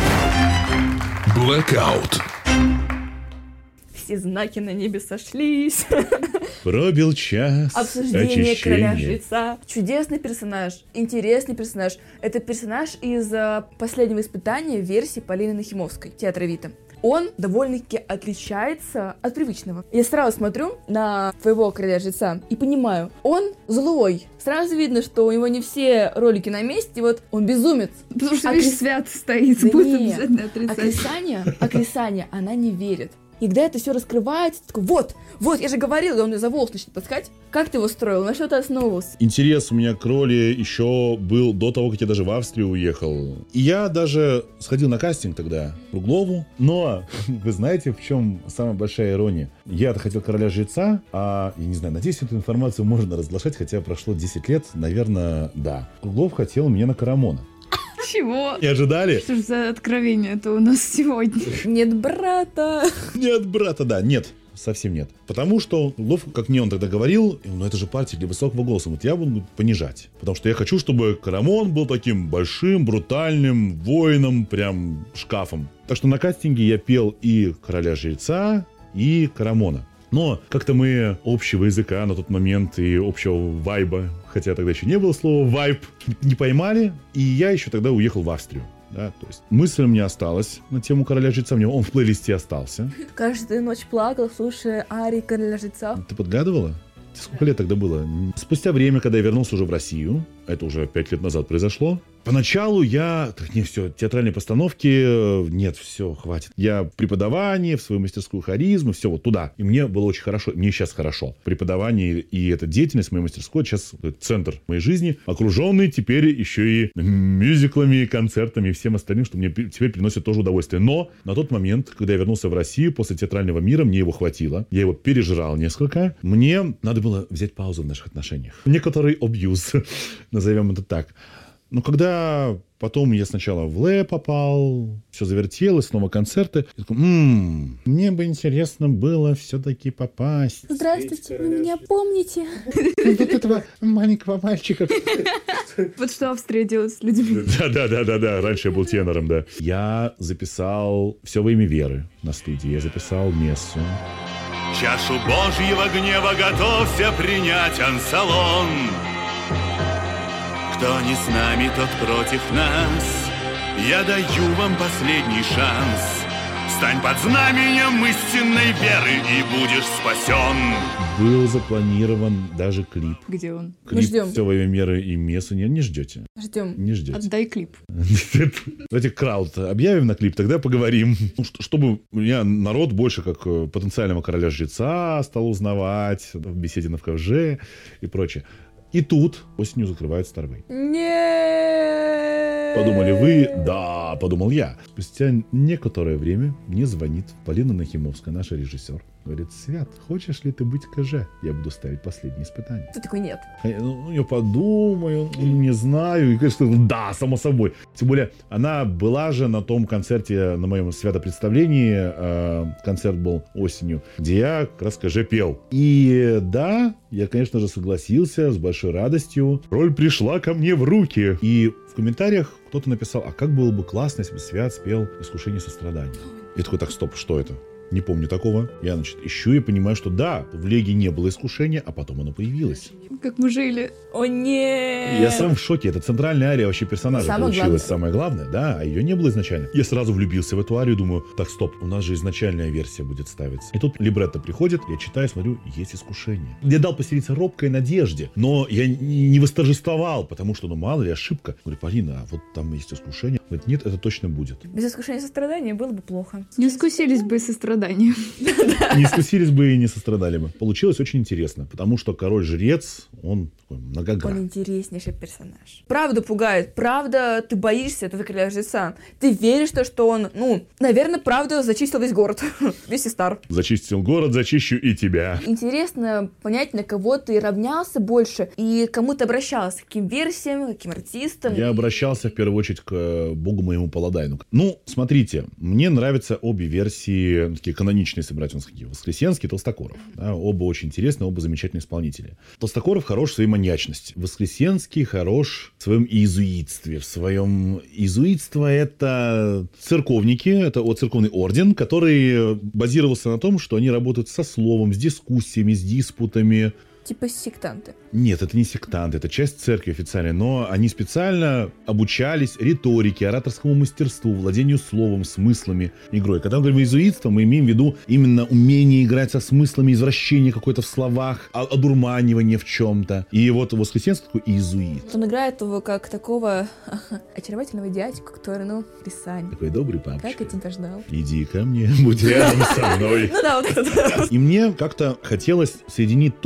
Blackout. Все знаки на небе сошлись. Пробил час Обсуждение короля очищения. жреца. Чудесный персонаж, интересный персонаж. Это персонаж из uh, последнего испытания версии Полины Нахимовской, театра Вита. Он довольно-таки отличается от привычного. Я сразу смотрю на твоего короля жреца и понимаю, он злой. Сразу видно, что у него не все ролики на месте, вот он безумец. Потому что а весь Крис... свят стоит, да будет не. обязательно А отрицать. Крисания, а Крисания, она не верит. И когда это все раскрывается, ты такой, вот, вот, я же говорил, и он мне за волос начнет таскать. Как ты его строил? На что ты основывался? Интерес у меня к роли еще был до того, как я даже в Австрию уехал. И я даже сходил на кастинг тогда к Круглову. Но вы знаете, в чем самая большая ирония? Я-то хотел короля жреца, а, я не знаю, надеюсь, эту информацию можно разглашать, хотя прошло десять лет, наверное, да. Круглов хотел меня на Карамона. Чего? Не ожидали? Что же за откровение это у нас сегодня? Нет брата. Нет, брата, да, нет. совсем нет. Потому что ловко, как мне он тогда говорил, ну это же партия для высокого голоса, вот я буду понижать. Потому что я хочу, чтобы Карамон был таким большим, брутальным воином, прям шкафом. Так что на кастинге я пел и Короля-жреца, и Карамона. Но как-то мы общего языка на тот момент и общего вайба, хотя тогда еще не было слова вайб, не поймали, и я еще тогда уехал в Австрию. Да, то есть мысль у меня осталась на тему Короля-жреца, мне он в плейлисте остался. Каждую ночь плакал, слушая арии Короля-жреца. Ты подглядывала? Сколько лет тогда было? Спустя время, когда я вернулся уже в Россию, это уже пять лет назад произошло, поначалу я... Так, не, все, театральные постановки, нет, все, хватит. Я преподавание, в свою мастерскую харизму, все вот туда. И мне было очень хорошо, мне сейчас хорошо. Преподавание и эта деятельность моей мастерской, сейчас центр моей жизни, окруженный теперь еще и мюзиклами, концертами и всем остальным, что мне теперь приносит тоже удовольствие. Но на тот момент, когда я вернулся в Россию после театрального мира, мне его хватило. Я его пережрал несколько. Мне надо было взять паузу в наших отношениях. Некоторый абьюз, назовем это так. Но когда потом я сначала в Лэ попал, все завертелось, снова концерты. Я такой, м-м, мне бы интересно было все-таки попасть. Здравствуйте, вы меня помните? Вот этого маленького мальчика. Вот что Австрия делает с людьми. Да-да-да-да, раньше я был тенором, да. Я записал «Все во имя веры» на студии, я записал мессу. Чашу Божьего гнева готовься принять ансалон. Кто не с нами, тот против нас. Я даю вам последний шанс. Стань под знаменем истинной веры и будешь спасен. Был запланирован даже клип. Где он? Клип Мы ждем. «Все во имя меры» и мессу не, не ждете. Ждем. Не ждете. Отдай клип. Давайте крауд объявим на клип, тогда поговорим. Ну, чтобы у меня народ больше как потенциального Короля-жреца стал узнавать в беседе на ФКЖ и прочее. И тут осенью закрывают Старвей. Нет. Подумали вы? Да, подумал я. Спустя некоторое время мне звонит Полина Нахимовская, наша режиссер. Говорит, Свят, хочешь ли ты быть КЖ? Я буду ставить последние испытания. Ты такой, нет. Я, ну, я подумаю, не знаю. И, конечно, да, само собой. Тем более, она была же на том концерте, на моем свято-представлении, э, концерт был осенью, где я как раз КЖ пел. И да, я, конечно же, согласился с большой радостью. Роль пришла ко мне в руки. И в комментариях кто-то написал, а как было бы классно, если бы Свят спел «Искушение сострадания». Я такой, так, стоп, что это? Не помню такого. Я, значит, ищу и понимаю, что да, в Леге не было искушения, а потом оно появилось. Как мы жили. О, нет. Я сам в шоке. Это центральная ария вообще персонажа Самое получилась. главное. Самое главное, да, а ее не было изначально. Я сразу влюбился в эту арию, думаю, так, стоп, у нас же изначальная версия будет ставиться. И тут либретто приходит, я читаю, смотрю, есть искушение. Я дал поселиться робкой надежде, но я не восторжествовал, потому что, ну, мало ли, ошибка. Говорю, Полина, а вот там есть искушение. Говорит, нет, это точно будет. Без искушения сострадания было бы плохо. Не искусились бы состраданием. Не искусились бы и не сострадали бы. Получилось очень интересно, потому что король-жрец, он такой Он многогранный. интереснейший персонаж. Правда пугает. Правда, ты боишься этого Короля-жреца. Ты веришь, то, что он, ну, наверное, правда зачистил весь город. Весь Истар. Зачистил город, зачищу и тебя. Интересно понять, на кого ты равнялся больше и к кому ты обращался. К каким версиям, каким артистам. Я обращался в первую очередь к э, богу моему Паладайну. Ну, смотрите, мне нравятся обе версии, ну, такие каноничные, если брать, у нас какие, Воскресенский и Толстокоров. Да, оба очень интересные, оба замечательные исполнители. Толстокоров хорош в своей маньячности. Воскресенский хорош в своем иезуитстве. В своем иезуитство это церковники, это о, церковный орден, который базировался на том, что они работают со словом, с дискуссиями, с диспутами. Типа сектанты. Нет, это не сектанты, это часть церкви официальной, но они специально обучались риторике, ораторскому мастерству, владению словом, смыслами, игрой. Когда мы говорим иезуитство, мы имеем в виду именно умение играть со смыслами, извращение какое-то в словах, одурманивание в чем-то. И вот Воскресенский такой иезуит. Он играет его как такого очаровательного дядьку, который, ну, писание. Такой добрый Как папочка. я тебя ждал. Иди ко мне, будь рядом со мной. Ну да, вот это. И мне как-то хотелось соединить то, что мне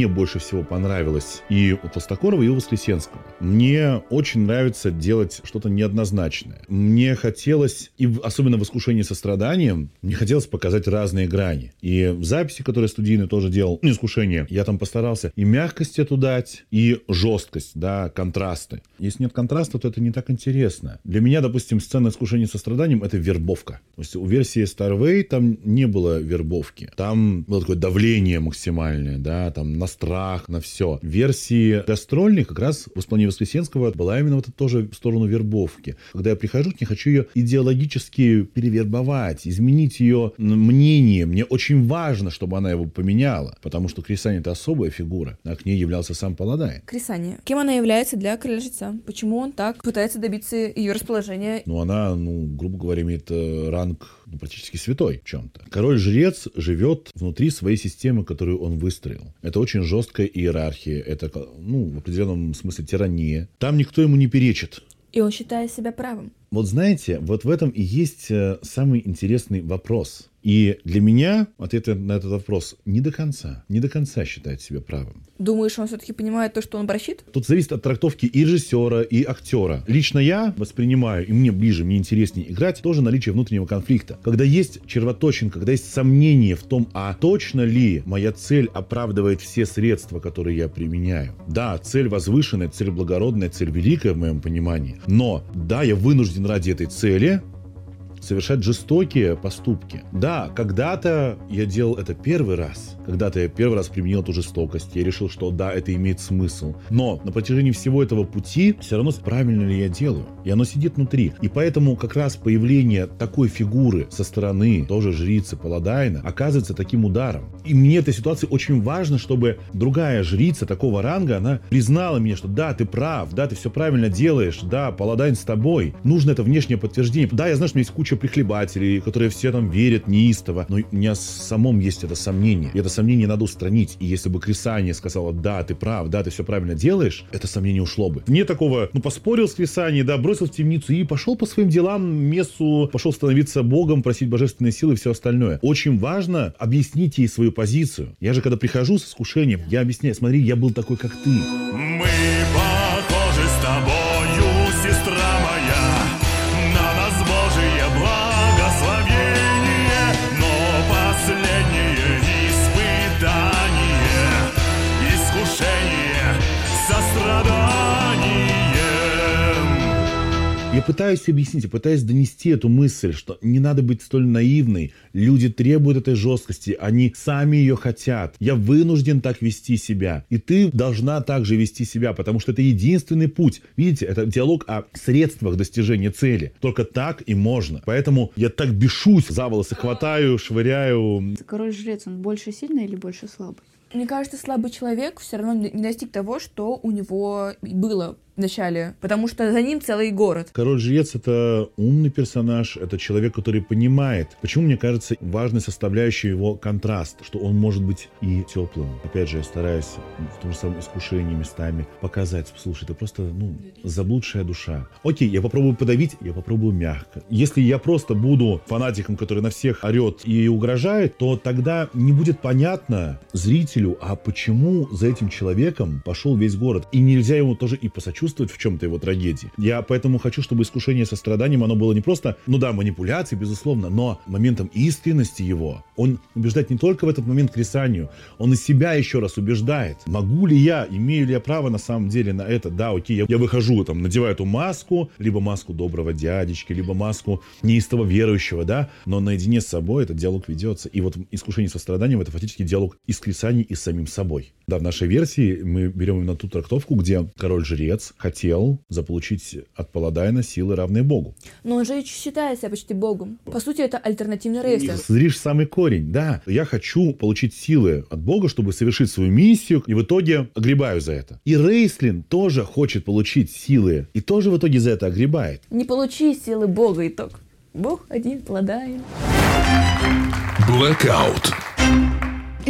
мне больше всего понравилось и у Толстокорова, и у Воскресенского. Мне очень нравится делать что-то неоднозначное. Мне хотелось, и особенно в «Искушении состраданием», мне хотелось показать разные грани. И в записи, которые студийные тоже делал, ну, «Искушение», я там постарался и мягкость эту дать, и жесткость, да, контрасты. Если нет контраста, то это не так интересно. Для меня, допустим, сцена «Искушения состраданием» — это вербовка. То есть у версии Starway там не было вербовки. Там было такое давление максимальное, да, там на страх, на все. В версии «Гастрольной» как раз в исполнении Воскресенского была именно вот это тоже в сторону вербовки. Когда я прихожу, не хочу ее идеологически перевербовать, изменить ее мнение. Мне очень важно, чтобы она его поменяла, потому что Крисания — это особая фигура, а к ней являлся сам Паладайн. Крисания. Кем она является для короля-жреца? Почему он так пытается добиться ее расположения? Ну, она, ну, грубо говоря, имеет э, ранг ну, практически святой в чем-то. Король-жрец живет внутри своей системы, которую он выстроил. Это очень жесткая иерархия, это, ну, в определенном смысле тирания. Там никто ему не перечит. И он считает себя правым. Вот знаете, вот в этом и есть э, самый интересный вопрос. И для меня ответ на этот вопрос не до конца, не до конца считает себя правым. Думаешь, он все-таки понимает то, что он обращит? Тут зависит от трактовки и режиссера, и актера. Лично я воспринимаю, и мне ближе, мне интереснее играть, тоже наличие внутреннего конфликта. Когда есть червоточин, когда есть сомнение в том, а точно ли моя цель оправдывает все средства, которые я применяю. Да, цель возвышенная, цель благородная, цель великая в моем понимании. Но, да, я вынужден ради этой цели совершать жестокие поступки. Да, когда-то я делал это первый раз. Когда-то я первый раз применил эту жестокость. Я решил, что да, это имеет смысл. Но на протяжении всего этого пути все равно правильно ли я делаю. И оно сидит внутри. И поэтому как раз появление такой фигуры со стороны тоже жрицы Паладайна оказывается таким ударом. И мне в этой ситуации очень важно, чтобы другая жрица такого ранга, она признала меня, что да, ты прав, да, ты все правильно делаешь, да, Паладайн с тобой. Нужно это внешнее подтверждение. Да, я знаю, что у меня есть куча прихлебателей, которые все там верят неистово, но у меня самом есть это сомнение. И это сомнение надо устранить. И если бы Крисания сказала, да, ты прав, да, ты все правильно делаешь, это сомнение ушло бы. Не такого, ну, поспорил с Крисанией, да, бросил в темницу и пошел по своим делам, мессу, пошел становиться Богом, просить божественной силы и все остальное. Очень важно объяснить ей свою позицию. Я же, когда прихожу с искушением, я объясняю, смотри, я был такой, как ты. Мы похожи с тобою, сестра моя, на нас Божие благословение, но последнее испытание, искушение, сострадание. Я пытаюсь объяснить, я пытаюсь донести эту мысль, что не надо быть столь наивной. Люди требуют этой жесткости, они сами ее хотят. Я вынужден так вести себя. И ты должна также вести себя, потому что это единственный путь. Видите, это диалог о средствах достижения цели. Только так и можно. Поэтому я так бешусь, за волосы хватаю, швыряю. Король-жрец, он больше сильный или больше слабый? Мне кажется, слабый человек все равно не достиг того, что у него было в начале, потому что за ним целый город. Король-жрец — это умный персонаж, это человек, который понимает. Почему, мне кажется, важной составляющей его контраст, что он может быть и теплым. Опять же, я стараюсь в том же самом искушении местами показать, слушай, это просто, ну, заблудшая душа. Окей, я попробую подавить, я попробую мягко. Если я просто буду фанатиком, который на всех орет и угрожает, то тогда не будет понятно зрителю, а почему за этим человеком пошел весь город. И нельзя ему тоже и посочувствовать в чем-то его трагедии. Я поэтому хочу, чтобы искушение состраданием, оно было не просто, ну да, манипуляции, безусловно, но моментом искренности его. Он убеждает не только в этот момент Крисанию, он и себя еще раз убеждает. Могу ли я, имею ли я право на самом деле на это? Да, окей, я, я выхожу, там, надеваю эту маску, либо маску доброго дядечки, либо маску неистово верующего, да, но наедине с собой этот диалог ведется. И вот искушение состраданием — это фактически диалог и с Крисанией, и с самим собой. Да, в нашей версии мы берем именно ту трактовку, где король-жрец хотел заполучить от Паладайна силы, равные Богу. Но он же считает себя почти Богом. По сути, это альтернативный рейслинг. Зришь самый корень, да. Я хочу получить силы от Бога, чтобы совершить свою миссию, и в итоге огребаю за это. И Рейслин тоже хочет получить силы, и тоже в итоге за это огребает. Не получи силы Бога, итог. Бог один, Паладайн. Blackout.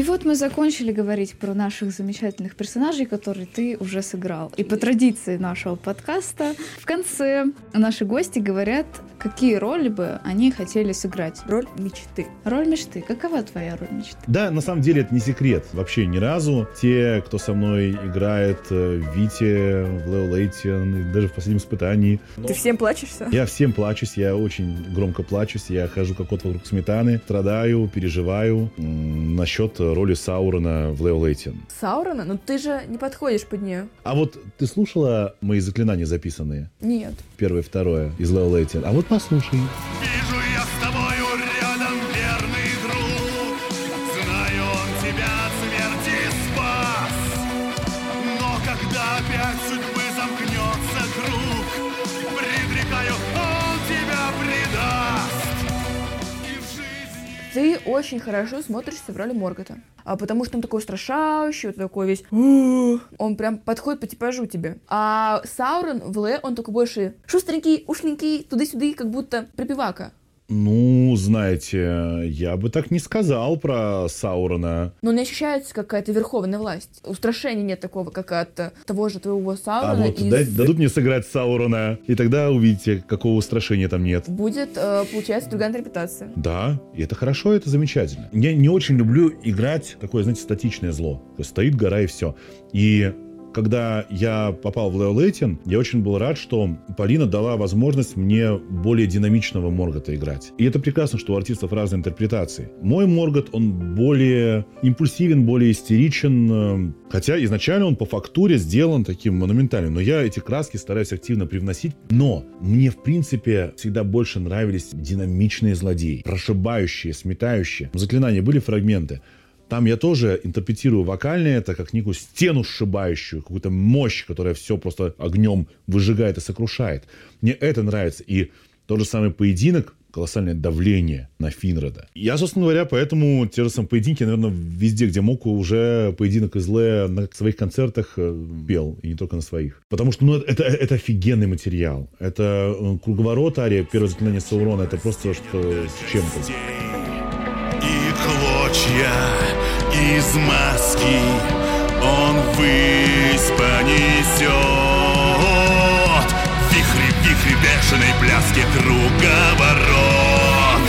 И вот мы закончили говорить про наших замечательных персонажей, которые ты уже сыграл. И по традиции нашего подкаста в конце наши гости говорят, какие роли бы они хотели сыграть. Роль мечты. Роль мечты. Какова твоя роль мечты? Да, на самом деле это не секрет вообще ни разу. Те, кто со мной играет в Вите, в Лео Лейтиан, даже в «Последнем испытании». Ты всем плачешься? Я всем плачусь, я очень громко плачусь, я хожу как кот вокруг сметаны, страдаю, переживаю м- насчет роли Саурона в Лео Лейтиан. Саурона? Ну ты же не подходишь под нее. А вот ты слушала мои заклинания записанные? Нет. Первое, второе из Лео Лейтиан. А вот послушай. Вижу я с тобою рядом, верный друг. Знаю, он тебя от смерти спас. Но когда опять судьбы замкнется круг, предрекаю, он тебя предаст. И в жизни... Ты очень хорошо смотришься в роли Моргота. А потому что он такой устрашающий, вот такой весь... Он прям подходит по типажу тебе. А Саурон в Ле, он такой больше шустренький, ушленький, туды-сюды, как будто припевака. Ну, знаете, я бы так не сказал про Саурона. Но не ощущается какая-то верховная власть. Устрашения нет такого, как от того же твоего А Саурона. вот из... дай- дадут мне сыграть Саурона, и тогда увидите, какого устрашения там нет. Будет, э, получается, другая интерпретация. Да, и это хорошо, это замечательно. Я не очень люблю играть такое, знаете, статичное зло. То есть стоит гора и все. И когда я попал в Лео Лейтиан, я очень был рад, что Полина дала возможность мне более динамичного Моргота играть. И это прекрасно, что у артистов разные интерпретации. Мой Моргот, он более импульсивен, более истеричен, хотя изначально он по фактуре сделан таким монументальным. Но я эти краски стараюсь активно привносить. Но мне, в принципе, всегда больше нравились динамичные злодеи, прошибающие, сметающие. В заклинании были фрагменты. Там я тоже интерпретирую вокальное это как некую стену сшибающую, какую-то мощь, которая все просто огнем выжигает и сокрушает. Мне это нравится. И тот же самый поединок, колоссальное давление на Финрода. Я, собственно говоря, поэтому те же самые поединки, наверное, везде, где мог, уже поединок из Ле на своих концертах пел, и не только на своих. Потому что ну, это, это офигенный материал. Это круговорот ария, первое заклинание Саурона, это просто что с чем-то. И клочья из маски он ввысь понесет. Вихри, вихри бешеной пляски круговорот.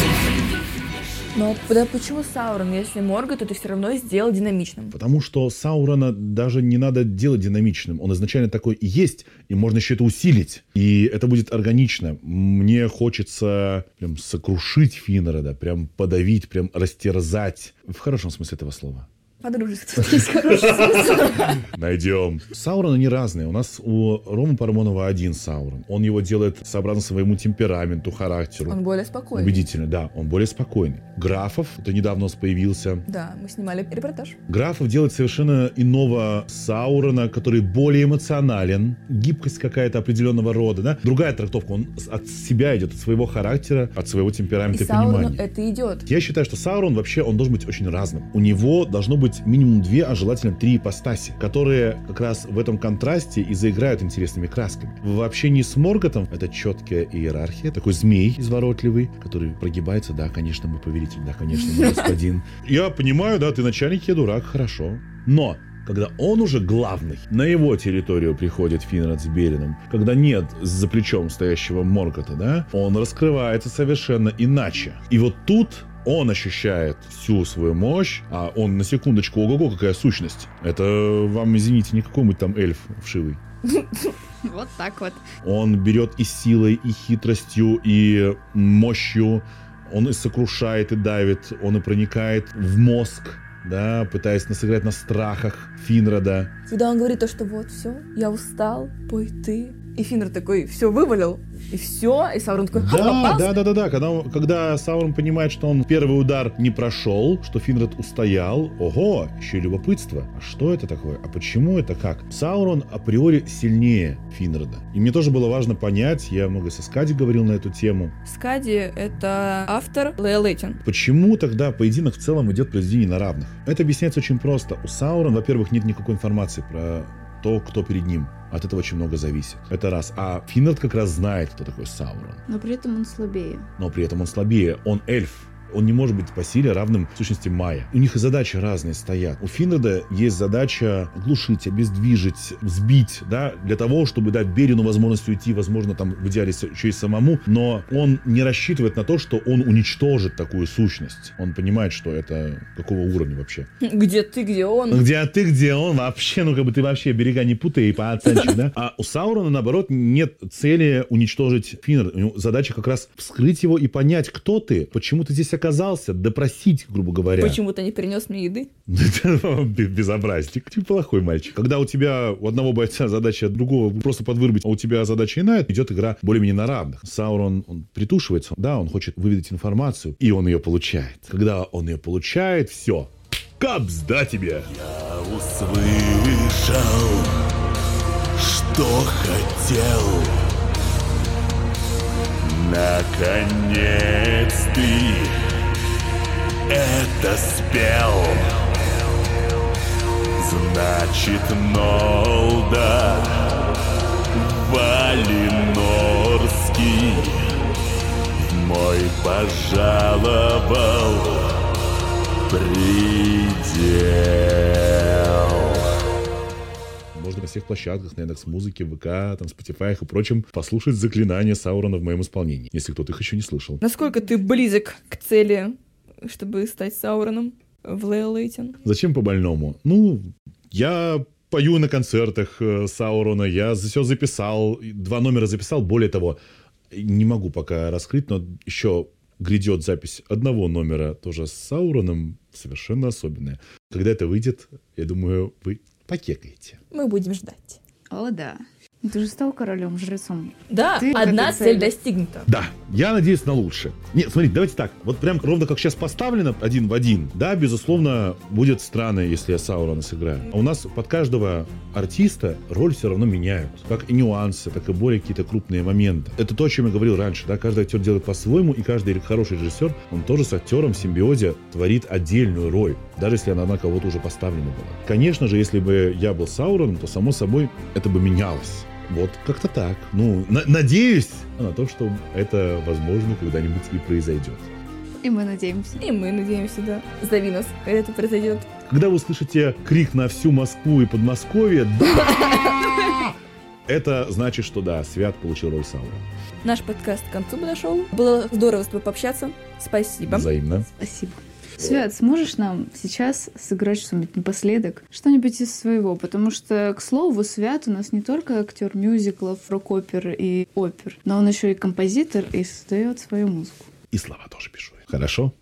Но да почему Саурон, если Моргот, то ты все равно сделал динамичным? Потому что Саурона даже не надо делать динамичным. Он изначально такой и есть, и можно еще это усилить. И это будет органично. Мне хочется прям сокрушить Финрода, прям подавить, прям растерзать. В хорошем смысле этого слова. Подружески, тут есть хороший смысл. Найдем. Сауроны не разные. У нас у Ромы Парамонова один Саурон. Он его делает сообразно своему темпераменту, характеру. Он более спокойный. Убедительно, да. Он более спокойный. Графов, это недавно у нас появился. Да, мы снимали репортаж. Графов делает совершенно иного Саурона, который более эмоционален. Гибкость какая-то определенного рода, да. Другая трактовка. Он от себя идет, от своего характера, от своего темперамента И и понимания. Саурону это идет. Я считаю, что Саурон вообще, он должен быть очень разным. У него должно быть минимум две, а желательно три ипостаси, которые как раз в этом контрасте и заиграют интересными красками. В общении с Морготом это четкая иерархия, такой змей изворотливый, который прогибается, да, конечно, мой повелитель, да, конечно, мой господин. Я понимаю, да, ты начальник, я дурак, хорошо. Но когда он уже главный, на его территорию приходит Финрод с Берином, когда нет за плечом стоящего Моргота, да, он раскрывается совершенно иначе. И вот тут он ощущает всю свою мощь, а он, на секундочку, ого-го, какая сущность. Это вам, извините, не какой-нибудь там эльф вшивый. Вот так вот. Он берет и силой, и хитростью, и мощью. Он и сокрушает, и давит. Он и проникает в мозг, да, пытаясь сыграть на страхах Финрода. Когда он говорит то, что вот, все, я устал, пой ты. И Финрод такой, все, вывалил, и все. И Саурон такой, ха, Да, попался. да, да, да, да. Когда, он- когда Саурон понимает, что он первый удар не прошел, что Финрод устоял, ого, еще и любопытство. А что это такое? А почему это как? Саурон априори сильнее Финрода. И мне тоже было важно понять, я много со Скади говорил на эту тему, Скади — это автор Лео Лейтиан. почему тогда поединок в целом идет произведение на равных? Это объясняется очень просто. У Саурона, во-первых, нет никакой информации про то, кто перед ним. От этого очень много зависит. Это раз. А Финрод как раз знает, кто такой Саурон. Но при этом он слабее. Но при этом он слабее. Он эльф. Он не может быть по силе равным в сущности Майя. У них и задачи разные стоят. У Финреда есть задача оглушить, обездвижить, сбить, да, для того, чтобы дать Берину возможность уйти, возможно, там в идеале еще и самому, но он не рассчитывает на то, что он уничтожит такую сущность. Он понимает, что это какого уровня вообще. Где ты, где он? Где ты, где он? Вообще, ну как бы ты вообще берега не путай и пооценщик, да? А у Саурона, наоборот, нет цели уничтожить Финреда. У него задача как раз вскрыть его и понять, кто ты, почему ты здесь оказался, допросить, грубо говоря. Почему ты не принес мне еды? Безобразник. Ты плохой мальчик. Когда у тебя, у одного бойца задача другого просто подвырубить, а у тебя задача иная, идет игра более-менее на равных. Саурон, он притушивается, да, он хочет выведать информацию, и он ее получает. Когда он ее получает, все. Капс, да тебе? Я услышал, что хотел. Наконец ты это спел. Значит, Нолда Валинорский мой пожаловал предел. Можно на всех площадках, на Яндекс.Музыке, ВК, там, Spotify и прочем послушать заклинания Саурона в моем исполнении, если кто-то их еще не слышал. Насколько ты близок к цели, чтобы стать Сауроном в Лейлейтен? Зачем по-больному? Ну, я пою на концертах э, Саурона, я все записал, два номера записал, более того, не могу пока раскрыть, но еще грядет запись одного номера тоже с Сауроном, совершенно особенная. Когда это выйдет, я думаю, вы покекаете. Мы будем ждать. О, да. Ты же стал королем-жрецом. Да, Ты одна этой цель цели. достигнута. Да, я надеюсь на лучшее. Нет, смотрите, давайте так. Вот прям ровно как сейчас поставлено, один в один. Да, безусловно, будет странно, если я Саурона сыграю. А у нас под каждого артиста роль все равно меняют. Как и нюансы, так и более какие-то крупные моменты. Это то, о чем я говорил раньше. Да? Каждый актер делает по-своему, и каждый хороший режиссер, он тоже с актером в симбиозе творит отдельную роль, даже если она на кого-то уже поставлена была. Конечно же, если бы я был Сауроном, то, само собой, это бы менялось. Вот как-то так. Ну, на- надеюсь на то, что это, возможно, когда-нибудь и произойдет. И мы надеемся. И мы надеемся, да. Зови нас, когда это произойдет. Когда вы услышите крик на всю Москву и Подмосковье, да! Это значит, что да, Свят получил роль Саурона. Наш подкаст к концу подошел. Было здорово с тобой пообщаться. Спасибо. Взаимно. Спасибо. Свят, сможешь нам сейчас сыграть что-нибудь напоследок? Что-нибудь из своего? Потому что, к слову, Свят у нас не только актер мюзиклов, рок-опер и опер, но он еще и композитор и создает свою музыку. И слова тоже пишу. Хорошо?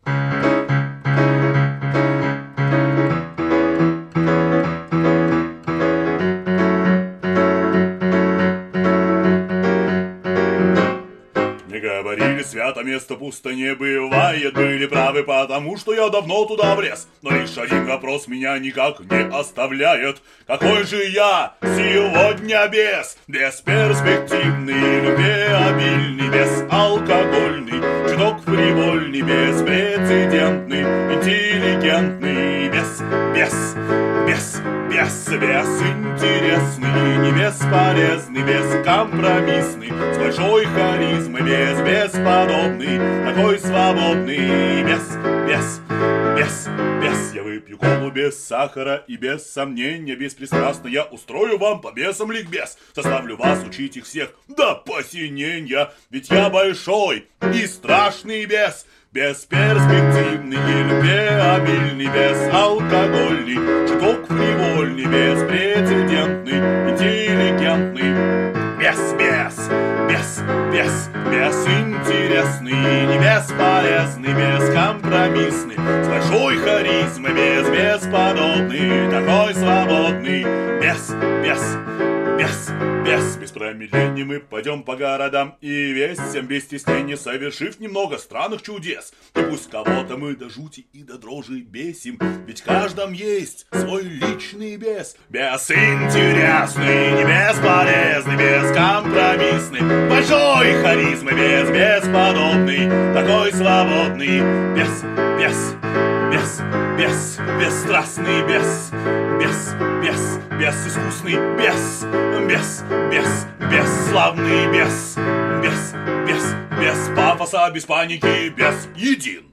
Говорили, свято место пусто не бывает. Были правы, потому что я давно туда влез. Но лишь один вопрос меня никак не оставляет. Какой же я сегодня без? Бесперспективный, любвеобильный, безалкогольный, чуток фривольный, беспрецедентный, интеллигентный, без, без, без, без, безинтересный, не бесполезный, бескомпромиссный, с большой харизмой, без, бесподобный, такой свободный, без, без, без, без. Я выпью колу без сахара и без сомнения, беспристрастно я устрою вам по бесам ликбез. Заставлю вас учить их всех до посинения, ведь я большой и страшный бес. Бесперспективный и любвеобильный, безалкогольный, чуток фривольный, беспрецедентный, интеллигентный, без, без, без, без, безинтересный, не бесполезный, бескомпромиссный, с большой харизмой, без, бесподобный, такой свободный, без, без, без, без, без промедления мы пойдем по городам и весям, без стеснения совершив немного странных чудес. И пусть кого-то мы до жути и до дрожи бесим, ведь в каждом есть свой личный бес. Безинтересный, не бесполезный, бескомпромиссный, большой харизмы, без, бесподобный, такой свободный, без, без, без, без, бесстрастный, без, без, без, безыскусный, без, без, без, бесславный, без, без, без, без пафоса, без паники, без един.